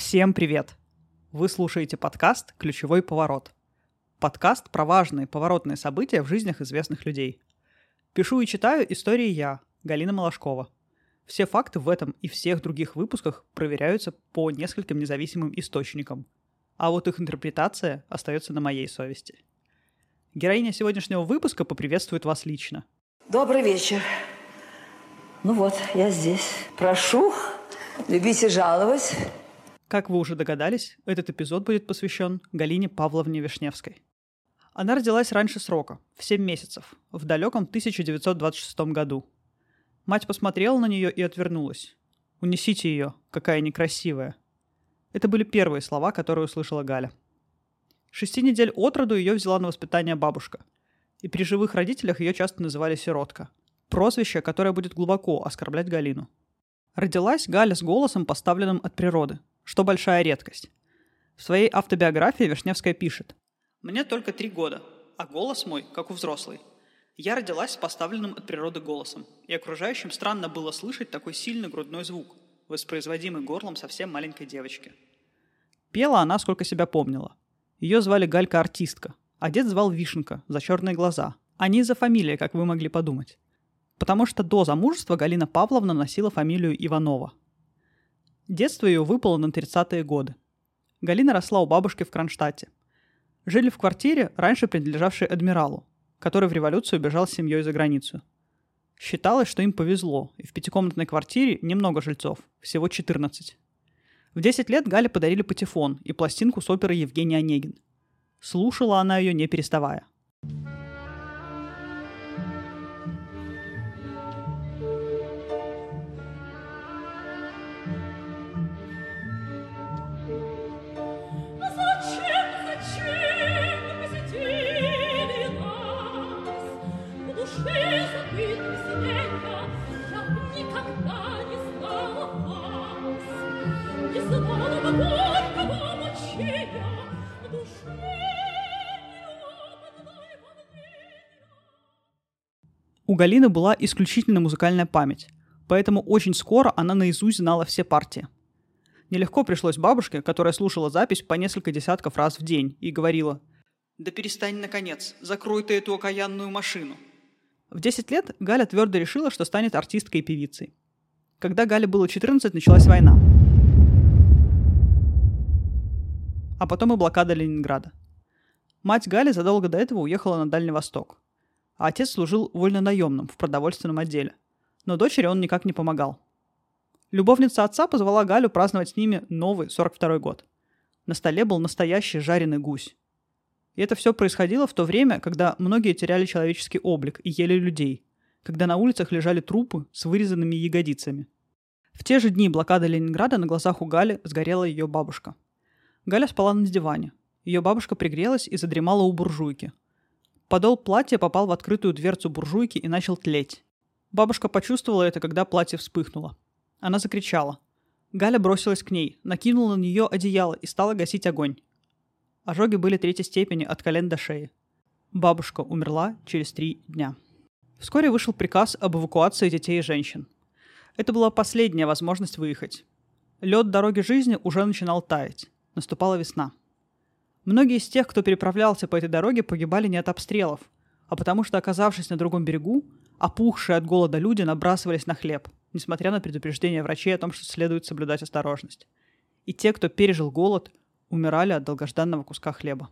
Всем привет! Вы слушаете подкаст «Ключевой поворот». Подкаст про важные поворотные события в жизнях известных людей. Пишу и читаю истории я, Галина Малашкова. Все факты в этом и всех других выпусках проверяются по нескольким независимым источникам, а вот их интерпретация остается на моей совести. Героиня сегодняшнего выпуска поприветствует вас лично. Добрый вечер. Ну вот, я здесь. Прошу, любите жаловать. Как вы уже догадались, этот эпизод будет посвящен Галине Павловне Вишневской. Она родилась раньше срока, в 7 месяцев, в далеком 1926 году. Мать посмотрела на нее и отвернулась. «Унесите ее, какая некрасивая». Это были первые слова, которые услышала Галя. 6 недель от роду ее взяла на воспитание бабушка. И при живых родителях ее часто называли «сиротка». Прозвище, которое будет глубоко оскорблять Галину. Родилась Галя с голосом, поставленным от природы, что большая редкость. В своей автобиографии Вишневская пишет: «Мне только 3 года, а голос мой, как у взрослой. Я родилась с поставленным от природы голосом, и окружающим странно было слышать такой сильный грудной звук, воспроизводимый горлом совсем маленькой девочки». Пела она, сколько себя помнила. Ее звали Галька-артистка, а дед звал Вишенка за черные глаза, а не из-за фамилии, как вы могли подумать. Потому что до замужества Галина Павловна носила фамилию Иванова. Детство ее выпало на 30-е годы. Галина росла у бабушки в Кронштадте. Жили в квартире, раньше принадлежавшей адмиралу, который в революцию бежал с семьей за границу. Считалось, что им повезло, и в 5-комнатной квартире немного жильцов, всего 14. В 10 лет Гале подарили патефон и пластинку с оперой Евгений Онегин. Слушала она ее не переставая. У Галины была исключительно музыкальная память, поэтому очень скоро она наизусть знала все партии. Нелегко пришлось бабушке, которая слушала запись по несколько десятков раз в день и говорила: «Да перестань, наконец, закрой ты эту окаянную машину». В 10 лет Галя твердо решила, что станет артисткой и певицей. Когда Гале было 14, началась война. А потом и блокада Ленинграда. Мать Гали задолго до этого уехала на Дальний Восток. А отец служил вольнонаемным в продовольственном отделе. Но дочери он никак не помогал. Любовница отца позвала Галю праздновать с ними новый 42-й год. На столе был настоящий жареный гусь. И это все происходило в то время, когда многие теряли человеческий облик и ели людей, когда на улицах лежали трупы с вырезанными ягодицами. В те же дни блокады Ленинграда на глазах у Гали сгорела ее бабушка. Галя спала на диване. Ее бабушка пригрелась и задремала у буржуйки. Подол платья попал в открытую дверцу буржуйки и начал тлеть. Бабушка почувствовала это, когда платье вспыхнуло. Она закричала. Галя бросилась к ней, накинула на нее одеяло и стала гасить огонь. Ожоги были 3-й степени от колен до шеи. Бабушка умерла через 3 дня. Вскоре вышел приказ об эвакуации детей и женщин. Это была последняя возможность выехать. Лед дороги жизни уже начинал таять. Наступала весна. Многие из тех, кто переправлялся по этой дороге, погибали не от обстрелов, а потому что, оказавшись на другом берегу, опухшие от голода люди набрасывались на хлеб, несмотря на предупреждения врачей о том, что следует соблюдать осторожность. И те, кто пережил голод, умирали от долгожданного куска хлеба.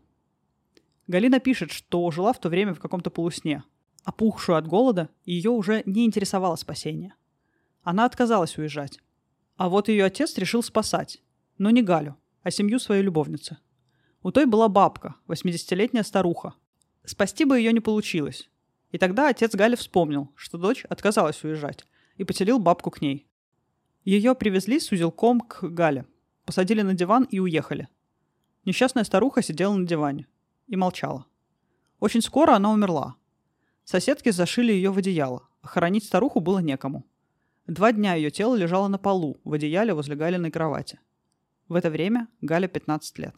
Галина пишет, что жила в то время в каком-то полусне. Опухшую от голода, ее уже не интересовало спасение. Она отказалась уезжать. А вот ее отец решил спасать. Но не Галю, а семью своей любовницы. У той была бабка, 80-летняя старуха. Спасти бы ее не получилось. И тогда отец Гали вспомнил, что дочь отказалась уезжать, и поселил бабку к ней. Ее привезли с узелком к Гале, посадили на диван и уехали. Несчастная старуха сидела на диване и молчала. Очень скоро она умерла. Соседки зашили ее в одеяло, а хоронить старуху было некому. 2 дня ее тело лежало на полу, в одеяле возле Галиной кровати. В это время Гале 15 лет.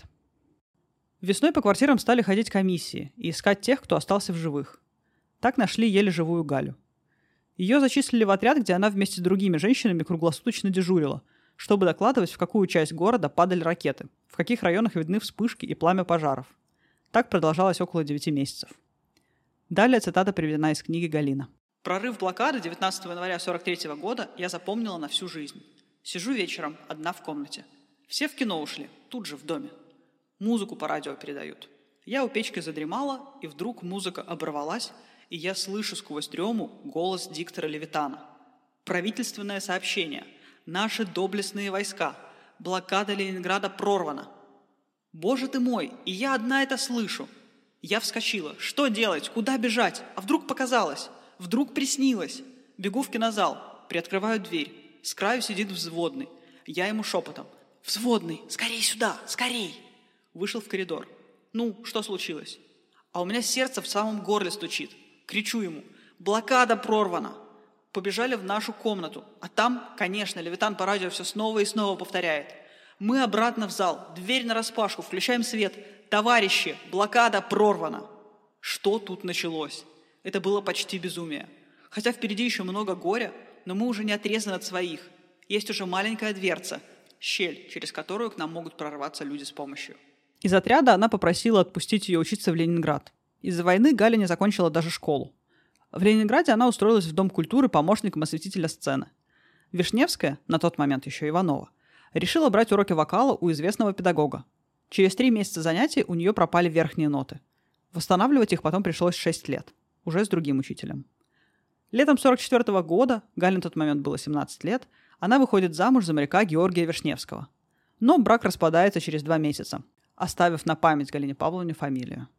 Весной по квартирам стали ходить комиссии и искать тех, кто остался в живых. Так нашли еле живую Галю. Ее зачислили в отряд, где она вместе с другими женщинами круглосуточно дежурила, чтобы докладывать, в какую часть города падали ракеты, в каких районах видны вспышки и пламя пожаров. Так продолжалось около 9 месяцев. Далее цитата приведена из книги Галина. «Прорыв блокады 19 января 1943 года я запомнила на всю жизнь. Сижу вечером, одна в комнате. Все в кино ушли, тут же в доме. Музыку по радио передают. Я у печки задремала, и вдруг музыка оборвалась, и я слышу сквозь дрему голос диктора Левитана. Правительственное сообщение. Наши доблестные войска. Блокада Ленинграда прорвана. Боже ты мой, и я одна это слышу. Я вскочила. Что делать? Куда бежать? А вдруг показалось? Вдруг приснилось? Бегу в кинозал. Приоткрываю дверь. С краю сидит взводный. Я ему шепотом. «Взводный, скорей сюда, скорей!» Вышел в коридор. «Ну, что случилось?» А у меня сердце в самом горле стучит. Кричу ему. «Блокада прорвана!» Побежали в нашу комнату. А там, конечно, Левитан по радио все снова и снова повторяет. Мы обратно в зал. Дверь нараспашку. Включаем свет. Товарищи, блокада прорвана. Что тут началось? Это было почти безумие. Хотя впереди еще много горя, но мы уже не отрезаны от своих. Есть уже маленькая дверца, щель, через которую к нам могут прорваться люди с помощью. Из отряда она попросила отпустить ее учиться в Ленинград. Из-за войны Галя не закончила даже школу. В Ленинграде она устроилась в Дом культуры помощником осветителя сцены. Вишневская, на тот момент еще Иванова, решила брать уроки вокала у известного педагога. Через 3 месяца занятий у нее пропали верхние ноты. Восстанавливать их потом пришлось 6 лет, уже с другим учителем. Летом 1944 года, Гале на тот момент было 17 лет, она выходит замуж за моряка Георгия Вишневского. Но брак распадается через 2 месяца, оставив на память Галине Павловне фамилию.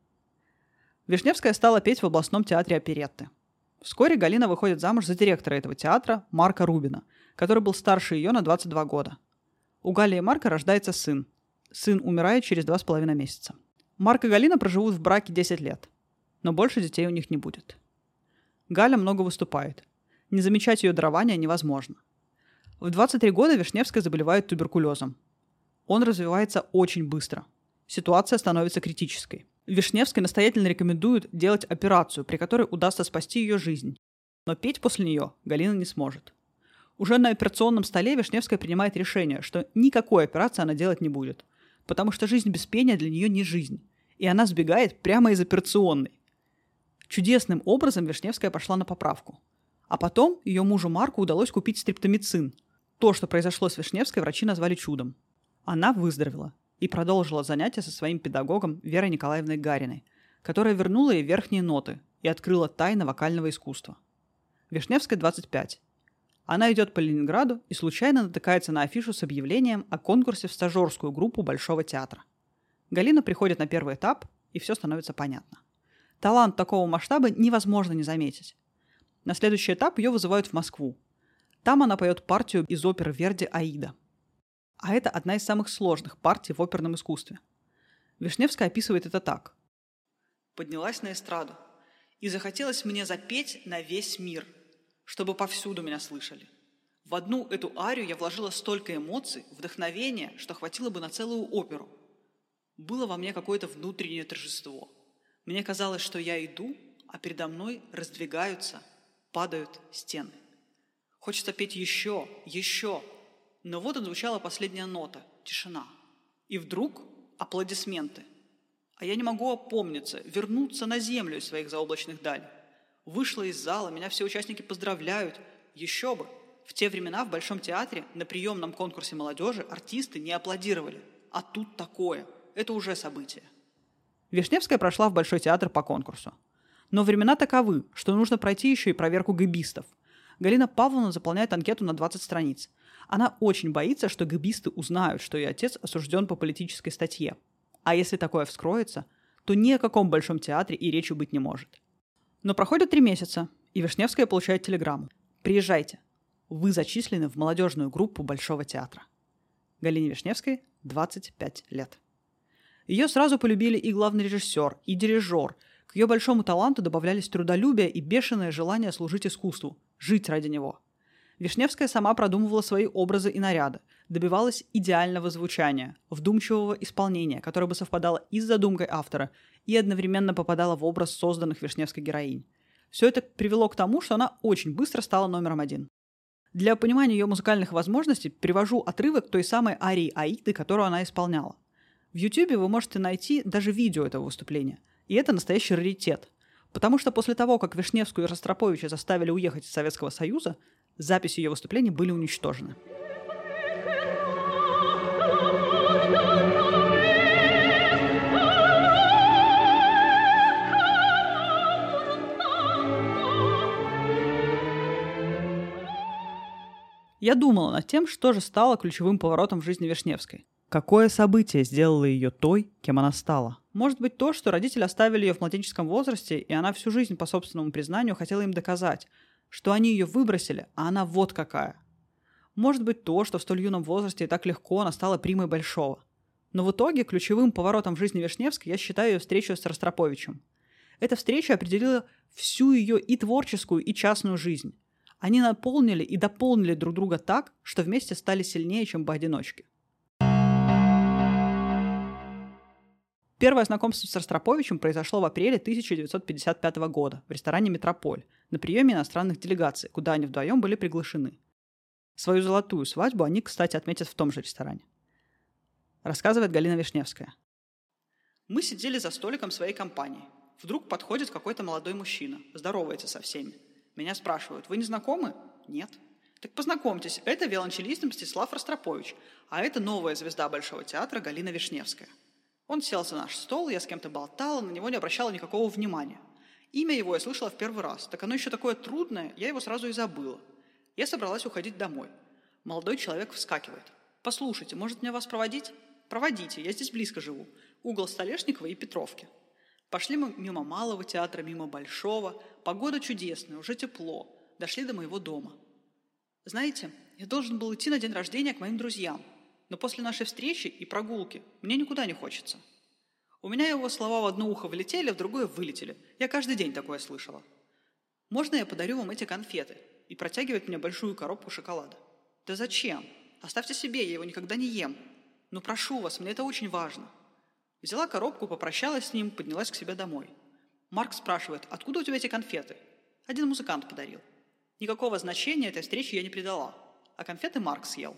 Вишневская стала петь в областном театре оперетты. Вскоре Галина выходит замуж за директора этого театра Марка Рубина, который был старше ее на 22 года. У Гали и Марка рождается сын. Сын умирает через 2,5 месяца. Марк и Галина проживут в браке 10 лет, но больше детей у них не будет. Галя много выступает. Не замечать ее дарования невозможно. В 23 года Вишневская заболевает туберкулезом. Он развивается очень быстро. Ситуация становится критической. Вишневской настоятельно рекомендуют делать операцию, при которой удастся спасти ее жизнь. Но петь после нее Галина не сможет. Уже на операционном столе Вишневская принимает решение, что никакой операции она делать не будет, потому что жизнь без пения для нее не жизнь, и она сбегает прямо из операционной. Чудесным образом Вишневская пошла на поправку. А потом ее мужу Марку удалось купить стриптомицин. То, что произошло с Вишневской, врачи назвали чудом. Она выздоровела и продолжила занятия со своим педагогом Верой Николаевной Гариной, которая вернула ей верхние ноты и открыла тайны вокального искусства. Вишневская 25. Она идет по Ленинграду и случайно натыкается на афишу с объявлением о конкурсе в стажерскую группу Большого театра. Галина приходит на первый этап, и все становится понятно. Талант такого масштаба невозможно не заметить. На следующий этап ее вызывают в Москву. Там она поет партию из оперы Верди «Аида». А это одна из самых сложных партий в оперном искусстве. Вишневская описывает это так. «Поднялась на эстраду, и захотелось мне запеть на весь мир, чтобы повсюду меня слышали. В одну эту арию я вложила столько эмоций, вдохновения, что хватило бы на целую оперу. Было во мне какое-то внутреннее торжество. Мне казалось, что я иду, а передо мной раздвигаются, падают стены. Хочется петь еще, еще. Но вот отзвучала последняя нота – тишина. И вдруг аплодисменты. А я не могу опомниться, вернуться на землю из своих заоблачных далей. Вышла из зала, меня все участники поздравляют. Еще бы! В те времена в Большом театре на приемном конкурсе молодежи артисты не аплодировали. А тут такое. Это уже событие. Вишневская прошла в Большой театр по конкурсу. Но времена таковы, что нужно пройти еще и проверку гэбистов. Галина Павловна заполняет анкету на 20 страниц. Она очень боится, что гэбисты узнают, что ее отец осужден по политической статье. А если такое вскроется, то ни о каком Большом театре и речи быть не может. Но проходит 3 месяца, и Вишневская получает телеграмму. «Приезжайте. Вы зачислены в молодежную группу Большого театра». Галине Вишневской 25 лет. Ее сразу полюбили и главный режиссер, и дирижер. К ее большому таланту добавлялись трудолюбие и бешеное желание служить искусству, жить ради него. Вишневская сама продумывала свои образы и наряды, добивалась идеального звучания, вдумчивого исполнения, которое бы совпадало и с задумкой автора, и одновременно попадало в образ созданных Вишневской героинь. Все это привело к тому, что она очень быстро стала номером 1. Для понимания ее музыкальных возможностей привожу отрывок той самой арии Аиды, которую она исполняла. В YouTube вы можете найти даже видео этого выступления. И это настоящий раритет. Потому что после того, как Вишневскую и Ростроповича заставили уехать из Советского Союза, записи ее выступлений были уничтожены. Я думала над тем, что же стало ключевым поворотом в жизни Вишневской. Какое событие сделало ее той, кем она стала? Может быть то, что родители оставили ее в младенческом возрасте, и она всю жизнь, по собственному признанию, хотела им доказать, что они ее выбросили, а она вот какая. Может быть то, что в столь юном возрасте и так легко она стала примой большого. Но в итоге ключевым поворотом в жизни Вишневской я считаю ее встречу с Ростроповичем. Эта встреча определила всю ее и творческую, и частную жизнь. Они наполнили и дополнили друг друга так, что вместе стали сильнее, чем поодиночке. Первое знакомство с Ростроповичем произошло в апреле 1955 года в ресторане «Метрополь» на приеме иностранных делегаций, куда они вдвоем были приглашены. Свою золотую свадьбу они, кстати, отметят в том же ресторане. Рассказывает Галина Вишневская. Мы сидели за столиком своей компании. Вдруг подходит какой-то молодой мужчина, здоровается со всеми. Меня спрашивают, вы не знакомы? Нет. Так познакомьтесь, это виолончелист Мстислав Ростропович, а это новая звезда Большого театра Галина Вишневская. Он сел за наш стол, я с кем-то болтала, на него не обращала никакого внимания. Имя его я слышала в первый раз, так оно еще такое трудное, я его сразу и забыла. Я собралась уходить домой. Молодой человек вскакивает. «Послушайте, может мне вас проводить?» «Проводите, я здесь близко живу. Угол Столешникова и Петровки». Пошли мы мимо Малого театра, мимо Большого. Погода чудесная, уже тепло. Дошли до моего дома. Знаете, я должен был идти на день рождения к моим друзьям. Но после нашей встречи и прогулки мне никуда не хочется. У меня его слова в одно ухо влетели, в другое вылетели. Я каждый день такое слышала. «Можно я подарю вам эти конфеты?» И протягивает мне большую коробку шоколада. «Да зачем? Оставьте себе, я его никогда не ем. Но прошу вас, мне это очень важно». Взяла коробку, попрощалась с ним, поднялась к себе домой. Марк спрашивает, откуда у тебя эти конфеты? Один музыкант подарил. Никакого значения этой встрече я не придала, а конфеты Марк съел.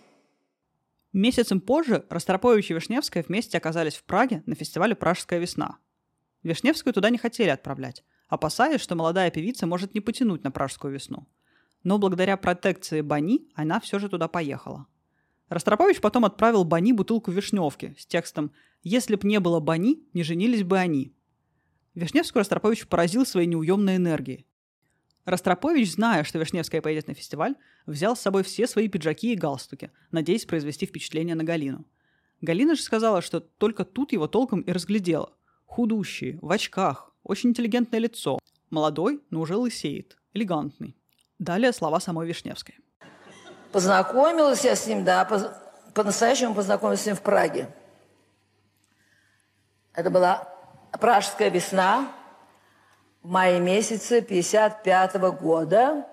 Месяцем позже Ростропович и Вишневская вместе оказались в Праге на фестивале «Пражская весна». Вишневскую туда не хотели отправлять, опасаясь, что молодая певица может не потянуть на Пражскую весну. Но благодаря протекции Бани она все же туда поехала. Ростропович потом отправил Бани бутылку вишневки с текстом «Если б не было Бани, не женились бы они». Вишневскую Ростропович поразил своей неуемной энергией. Ростропович, зная, что Вишневская поедет на фестиваль, взял с собой все свои пиджаки и галстуки, надеясь произвести впечатление на Галину. Галина же сказала, что только тут его толком и разглядела. Худущий, в очках, очень интеллигентное лицо. Молодой, но уже лысеет, элегантный. Далее слова самой Вишневской. Познакомилась я с ним, да, по-настоящему познакомилась с ним в Праге. Это была Пражская весна в мае месяце 1955 года.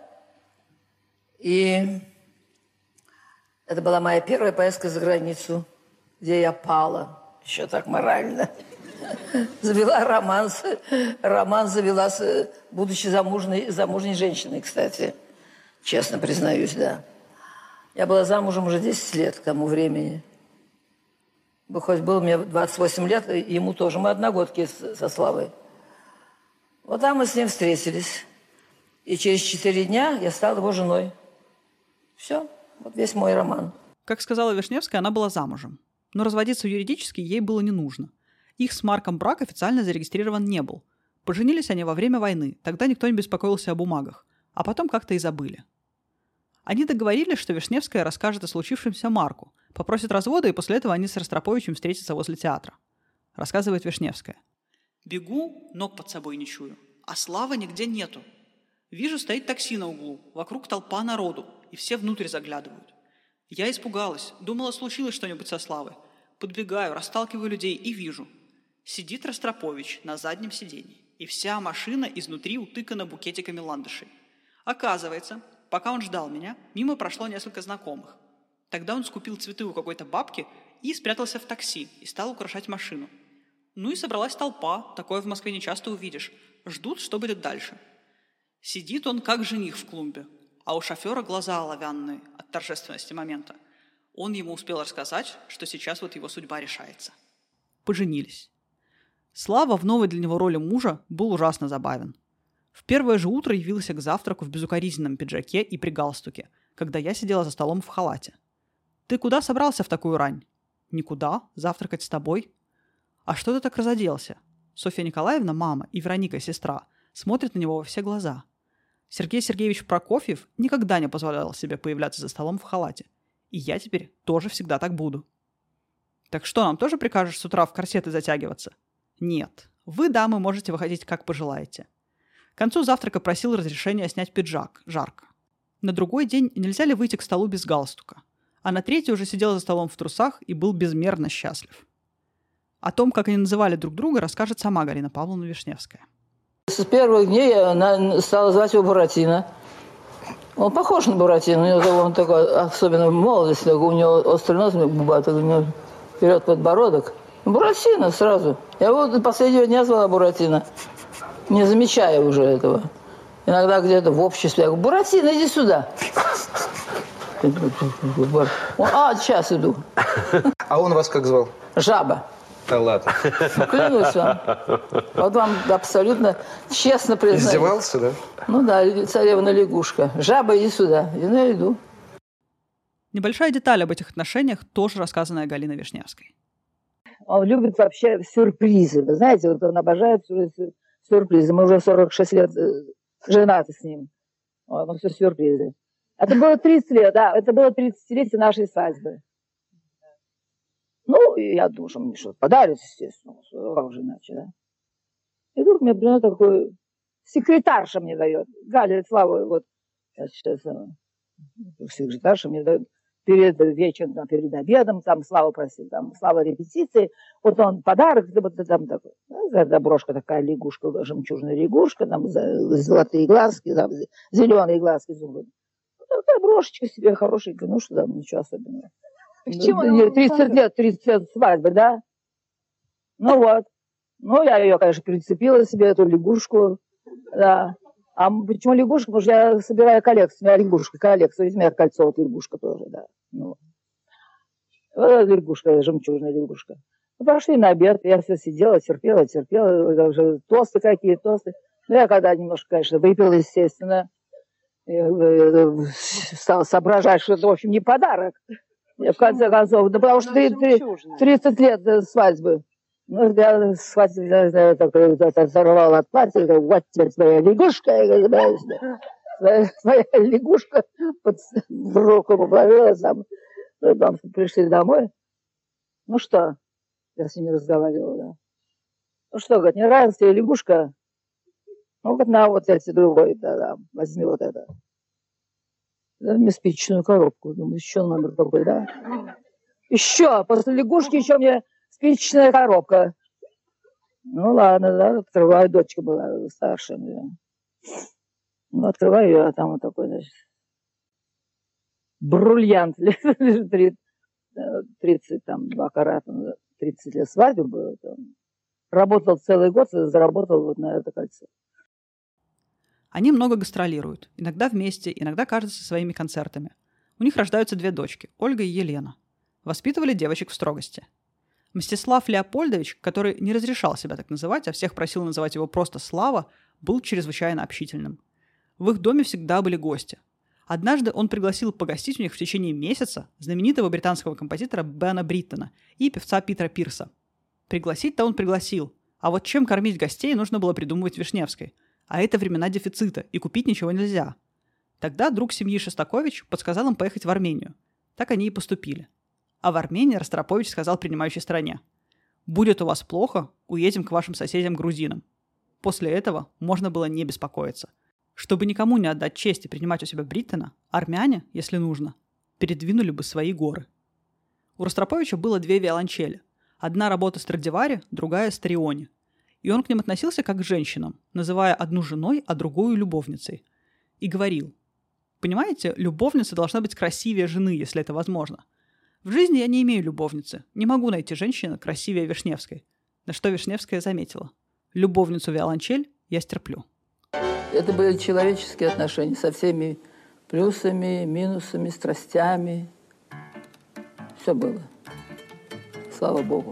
И это была моя первая поездка за границу, где я пала, еще так морально. Завела роман завела, будучи замужней женщиной, кстати, честно признаюсь, да. Я была замужем уже 10 лет к тому времени. Хоть было мне 28 лет, ему тоже. Мы одногодки со Славой. Вот там мы с ним встретились. И через 4 дня я стала его женой. Все, вот весь мой роман. Как сказала Вишневская, она была замужем. Но разводиться юридически ей было не нужно. Их с Марком брак официально зарегистрирован не был. Поженились они во время войны, тогда никто не беспокоился о бумагах. А потом как-то и забыли. Они договорились, что Вишневская расскажет о случившемся Марку, попросит развода, и после этого они с Ростроповичем встретятся возле театра. Рассказывает Вишневская. «Бегу, ног под собой не чую, а Славы нигде нету. Вижу, стоит такси на углу, вокруг толпа народу, и все внутрь заглядывают. Я испугалась, думала, случилось что-нибудь со Славой. Подбегаю, расталкиваю людей и вижу. Сидит Ростропович на заднем сиденье, и вся машина изнутри утыкана букетиками ландышей. Оказывается, пока он ждал меня, мимо прошло несколько знакомых. Тогда он скупил цветы у какой-то бабки и спрятался в такси и стал украшать машину. Ну и собралась толпа, такое в Москве не часто увидишь. Ждут, что будет дальше. Сидит он, как жених в клумбе, а у шофера глаза оловянные от торжественности момента. Он ему успел рассказать, что сейчас вот его судьба решается. Поженились. Слава в новой для него роли мужа был ужасно забавен. В первое же утро явился к завтраку в безукоризненном пиджаке и при галстуке, когда я сидела за столом в халате. «Ты куда собрался в такую рань?» «Никуда. Завтракать с тобой». «А что ты так разоделся?» Софья Николаевна, мама, и Вероника, сестра, смотрят на него во все глаза. Сергей Сергеевич Прокофьев никогда не позволял себе появляться за столом в халате. И я теперь тоже всегда так буду. «Так что, нам тоже прикажешь с утра в корсеты затягиваться?» «Нет. Вы, дамы, можете выходить как пожелаете». К концу завтрака просил разрешения снять пиджак. Жарко. На другой день нельзя ли выйти к столу без галстука? А на третий уже сидел за столом в трусах и был безмерно счастлив. О том, как они называли друг друга, расскажет сама Галина Павловна Вишневская. С первых дней она стала звать его Буратино. Он похож на Буратино. У него он такой, особенно в молодости, у него острый нос, губа, у него вперед подбородок. Буратино сразу. Я его последнего дня звала Буратино, не замечая уже этого. Иногда где-то в обществе я говорю: Буратино, иди сюда. Сейчас иду. А он вас как звал? Жаба. Да ладно. Клянусь вам. Вот вам абсолютно честно признаюсь. Издевался, да? Ну да, царевна лягушка. Жаба, иди сюда. И я иду. Небольшая деталь об этих отношениях тоже рассказанная Галиной Вишневской. Он любит вообще сюрпризы. Вы знаете, вот он обожает сюрпризы. Мы уже 46 лет женаты с ним. Он все сюрпризы. Это было 30 лет, да. Это было 30-летие нашей свадьбы. Ну, я думаю, что мне что-то подарит, естественно. Как же иначе, да? И вдруг мне приносит такой... Секретарша мне дает. Галя, Слава, вот сейчас секретарша мне дает перед вечером, там, перед обедом, там Слава просил, там Слава репетиции. Вот он подарок, вот там такой. Да, брошка такая, лягушка, жемчужная лягушка, там золотые глазки, там зеленые глазки зубы. Такая брошечка себе хорошенькая, ну что там, ничего особенного. 30 лет свадьбы, да? Ну вот. Ну, я ее, конечно, прицепила себе, эту лягушку, да. А почему лягушка? Потому что я собираю коллекцию. У меня лягушка, коллекция. Ведь у меня кольцо, вот лягушка тоже, да. Ну. Вот лягушка, жемчужная лягушка. Ну, пошли на обед, я все сидела, терпела, уже тосты какие, тосты. Ну, я когда немножко, конечно, выпила, естественно, стала соображать, что это, в общем, не подарок. В конце концов, да потому что 30 лет свадьбы. Ну, я оторвала от платья, говорю: вот теперь твоя лягушка, своя лягушка в руку поплавила сам. Потом пришли домой. Ну что? Я с ними разговаривала, да. Ну что, говорит, не нравится тебе лягушка? Ну, говорит, на вот эти другой, да, возьми вот это. Да, мне спичечную коробку. Думаю, еще номер такой, да? Еще, после лягушки еще мне спичечная коробка. Ну, ладно, да, открываю, дочка была старшая. Да. Ну, открываю ее, а там вот такой, значит, бриллиант. 32 карата, 30 лет свадьбы было. Там. Работал целый год, заработал вот на это кольцо. Они много гастролируют. Иногда вместе, иногда каждый со своими концертами. У них рождаются 2 дочки, Ольга и Елена. Воспитывали девочек в строгости. Мстислав Леопольдович, который не разрешал себя так называть, а всех просил называть его просто Слава, был чрезвычайно общительным. В их доме всегда были гости. Однажды он пригласил погостить у них в течение месяца знаменитого британского композитора Бена Бриттона и певца Питера Пирса. Пригласить-то он пригласил, а вот чем кормить гостей нужно было придумывать Вишневской. А это времена дефицита, и купить ничего нельзя. Тогда друг семьи Шостакович подсказал им поехать в Армению. Так они и поступили. А в Армении Ростропович сказал принимающей стране: «Будет у вас плохо, уедем к вашим соседям-грузинам». После этого можно было не беспокоиться. Чтобы никому не отдать честь и принимать у себя Бриттона, армяне, если нужно, передвинули бы свои горы. У Ростроповича было 2 виолончели. Одна работа Страдивари, другая Стариони. И он к ним относился как к женщинам, называя одну женой, а другую любовницей. И говорил: «Понимаете, любовница должна быть красивее жены, если это возможно. В жизни я не имею любовницы, не могу найти женщину красивее Вишневской». На что Вишневская заметила: «Любовницу виолончель я стерплю». Это были человеческие отношения со всеми плюсами, минусами, страстями. Все было. Слава Богу.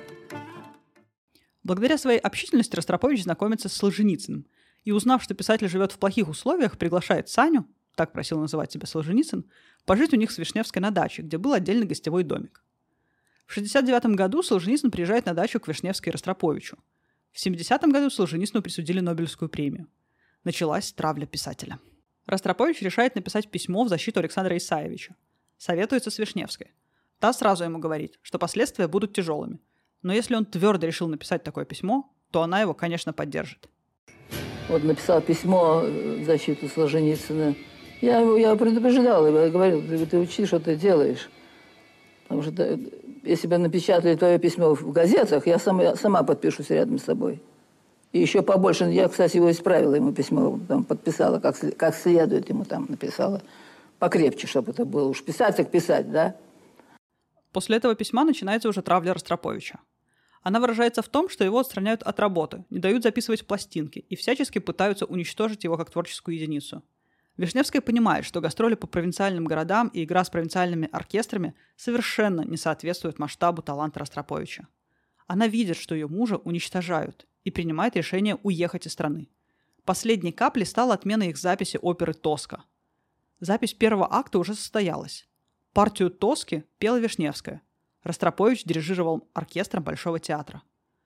Благодаря своей общительности Ростропович знакомится с Солженицыным и, узнав, что писатель живет в плохих условиях, приглашает Саню, так просил называть себя Солженицын, пожить у них с Вишневской на даче, где был отдельный гостевой домик. В 1969 году Солженицын приезжает на дачу к Вишневской и Ростроповичу. В 1970 году Солженицыну присудили Нобелевскую премию. Началась травля писателя. Ростропович решает написать письмо в защиту Александра Исаевича. Советуется с Вишневской. Та сразу ему говорит, что последствия будут тяжелыми. Но если он твердо решил написать такое письмо, то она его, конечно, поддержит. Вот написал письмо в защиту Солженицына. Я предупреждала его, я говорила, ты учи, что ты делаешь. Потому что если бы напечатали твое письмо в газетах, я сама подпишусь рядом с собой. И еще побольше. Я, кстати, его исправила, ему письмо там подписала, как следует ему там написала. Покрепче, чтобы это было. Уж писать, так писать, да? После этого письма начинается уже травля Ростроповича. Она выражается в том, что его отстраняют от работы, не дают записывать пластинки и всячески пытаются уничтожить его как творческую единицу. Вишневская понимает, что гастроли по провинциальным городам и игра с провинциальными оркестрами совершенно не соответствуют масштабу таланта Ростроповича. Она видит, что ее мужа уничтожают, и принимает решение уехать из страны. Последней каплей стала отмена их записи оперы «Тоска». Запись первого акта уже состоялась. Партию «Тоски» пела Вишневская. Ростропович дирижировал оркестром Большого театра.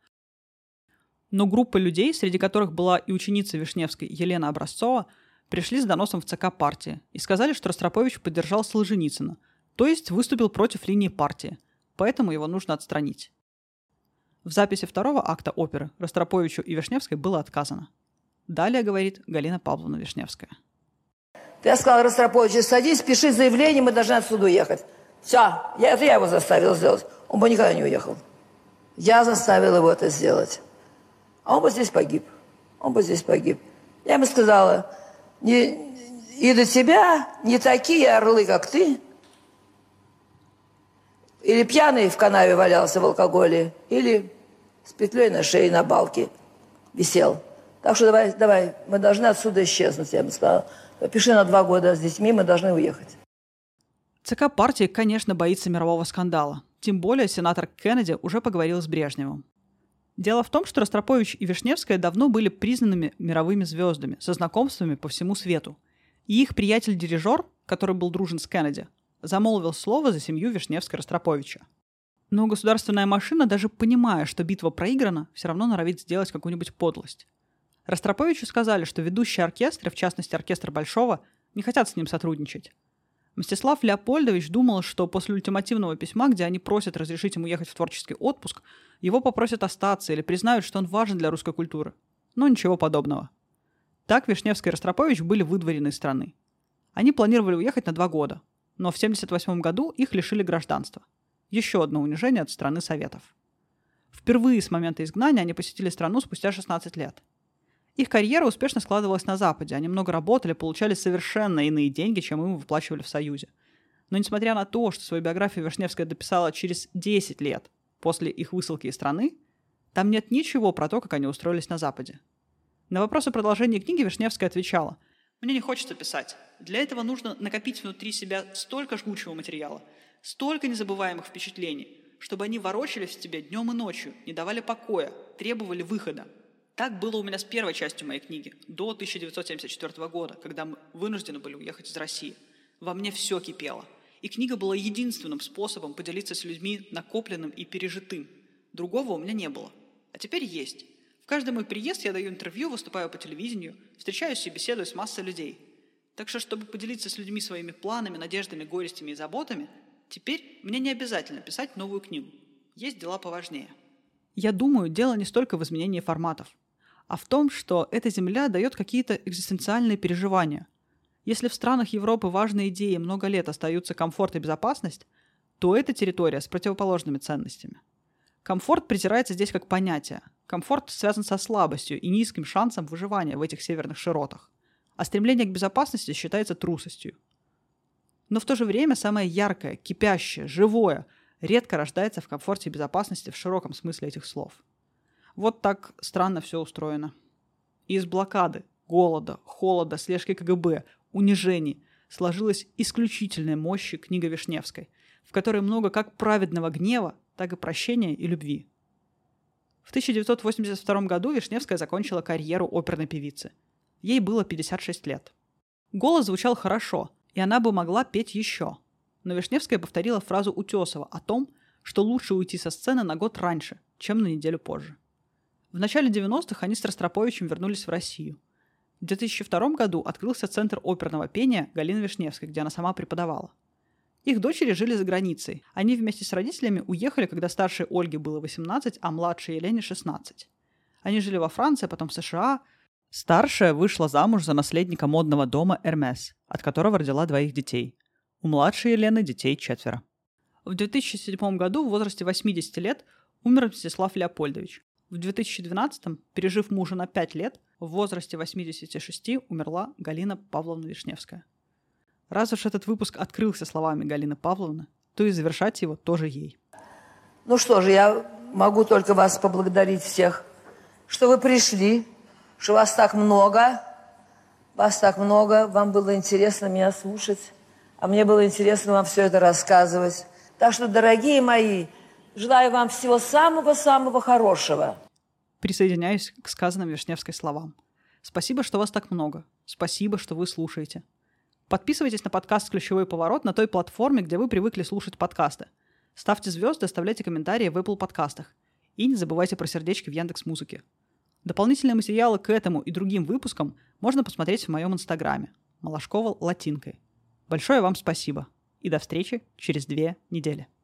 Но группа людей, среди которых была и ученица Вишневской Елена Образцова, пришли с доносом в ЦК партии и сказали, что Ростропович поддержал Солженицына, то есть выступил против линии партии, поэтому его нужно отстранить. В записи второго акта оперы Ростроповичу и Вишневской было отказано. Далее говорит Галина Павловна Вишневская. Я сказала Ростроповичу, садись, пиши заявление, мы должны отсюда уехать. Все, это я его заставила сделать. Он бы никогда не уехал. Я заставила его это сделать. А он бы здесь погиб. Я ему сказала, и до тебя не такие орлы, как ты, или пьяный в канаве валялся в алкоголе, или с петлей на шее на балке висел. Так что давай, мы должны отсюда исчезнуть, я ему сказала. Пиши на 2 года с детьми, мы должны уехать. ЦК партии, конечно, боится мирового скандала. Тем более сенатор Кеннеди уже поговорил с Брежневым. Дело в том, что Ростропович и Вишневская давно были признанными мировыми звездами, со знакомствами по всему свету. И их приятель-дирижер, который был дружен с Кеннеди, замолвил слово за семью Вишневской-Ростроповича. Но государственная машина, даже понимая, что битва проиграна, все равно норовит сделать какую-нибудь подлость. Ростроповичу сказали, что ведущие оркестры, в частности оркестр Большого, не хотят с ним сотрудничать. Мстислав Леопольдович думал, что после ультимативного письма, где они просят разрешить ему ехать в творческий отпуск, его попросят остаться или признают, что он важен для русской культуры. Но ничего подобного. Так Вишневская и Ростропович были выдворены из страны. Они планировали уехать на 2 года, но в 1978 году их лишили гражданства. Еще одно унижение от страны Советов. Впервые с момента изгнания они посетили страну спустя 16 лет. Их карьера успешно складывалась на Западе, они много работали, получали совершенно иные деньги, чем им выплачивали в Союзе. Но несмотря на то, что свою биографию Вишневская дописала через 10 лет после их высылки из страны, там нет ничего про то, как они устроились на Западе. На вопрос о продолжении книги Вишневская отвечала: «Мне не хочется писать. Для этого нужно накопить внутри себя столько жгучего материала, столько незабываемых впечатлений, чтобы они ворочались в тебе днем и ночью, не давали покоя, требовали выхода. Так было у меня с первой частью моей книги, до 1974 года, когда мы вынуждены были уехать из России. Во мне все кипело. И книга была единственным способом поделиться с людьми накопленным и пережитым. Другого у меня не было. А теперь есть. В каждый мой приезд я даю интервью, выступаю по телевидению, встречаюсь и беседую с массой людей. Так что, чтобы поделиться с людьми своими планами, надеждами, горестями и заботами, теперь мне не обязательно писать новую книгу. Есть дела поважнее». Я думаю, дело не столько в изменении форматов, а в том, что эта земля дает какие-то экзистенциальные переживания. Если в странах Европы важные идеи много лет остаются комфорт и безопасность, то эта территория с противоположными ценностями. Комфорт презирается здесь как понятие. Комфорт связан со слабостью и низким шансом выживания в этих северных широтах. А стремление к безопасности считается трусостью. Но в то же время самое яркое, кипящее, живое редко рождается в комфорте и безопасности в широком смысле этих слов. Вот так странно все устроено. И из блокады, голода, холода, слежки КГБ, унижений сложилась исключительной мощи книга Вишневской, в которой много как праведного гнева, так и прощения и любви. В 1982 году Вишневская закончила карьеру оперной певицы. Ей было 56 лет. Голос звучал хорошо, и она бы могла петь еще. Но Вишневская повторила фразу Утесова о том, что лучше уйти со сцены на год раньше, чем на неделю позже. В начале 90-х они с Ростроповичем вернулись в Россию. В 2002 году открылся Центр оперного пения Галины Вишневской, где она сама преподавала. Их дочери жили за границей. Они вместе с родителями уехали, когда старшей Ольге было 18, а младшей Елене 16. Они жили во Франции, потом в США. Старшая вышла замуж за наследника модного дома Hermès, от которого родила 2 детей. У младшей Елены детей 4. В 2007 году в возрасте 80 лет умер Мстислав Леопольдович. В 2012, пережив мужа на 5 лет, в возрасте 86 умерла Галина Павловна Вишневская. Раз уж этот выпуск открылся словами Галины Павловны, то и завершать его тоже ей. Ну что же, я могу только вас поблагодарить всех, что вы пришли, что вас так много, вам было интересно меня слушать, а мне было интересно вам все это рассказывать. Так что, дорогие мои, желаю вам всего самого-самого хорошего. Присоединяюсь к сказанным Вишневской словам. Спасибо, что вас так много. Спасибо, что вы слушаете. Подписывайтесь на подкаст «Ключевой поворот» на той платформе, где вы привыкли слушать подкасты. Ставьте звезды, оставляйте комментарии в Apple подкастах. И не забывайте про сердечки в Яндекс.Музыке. Дополнительные материалы к этому и другим выпускам можно посмотреть в моем инстаграме Малашкова латинкой. Большое вам спасибо. И до встречи через 2 недели.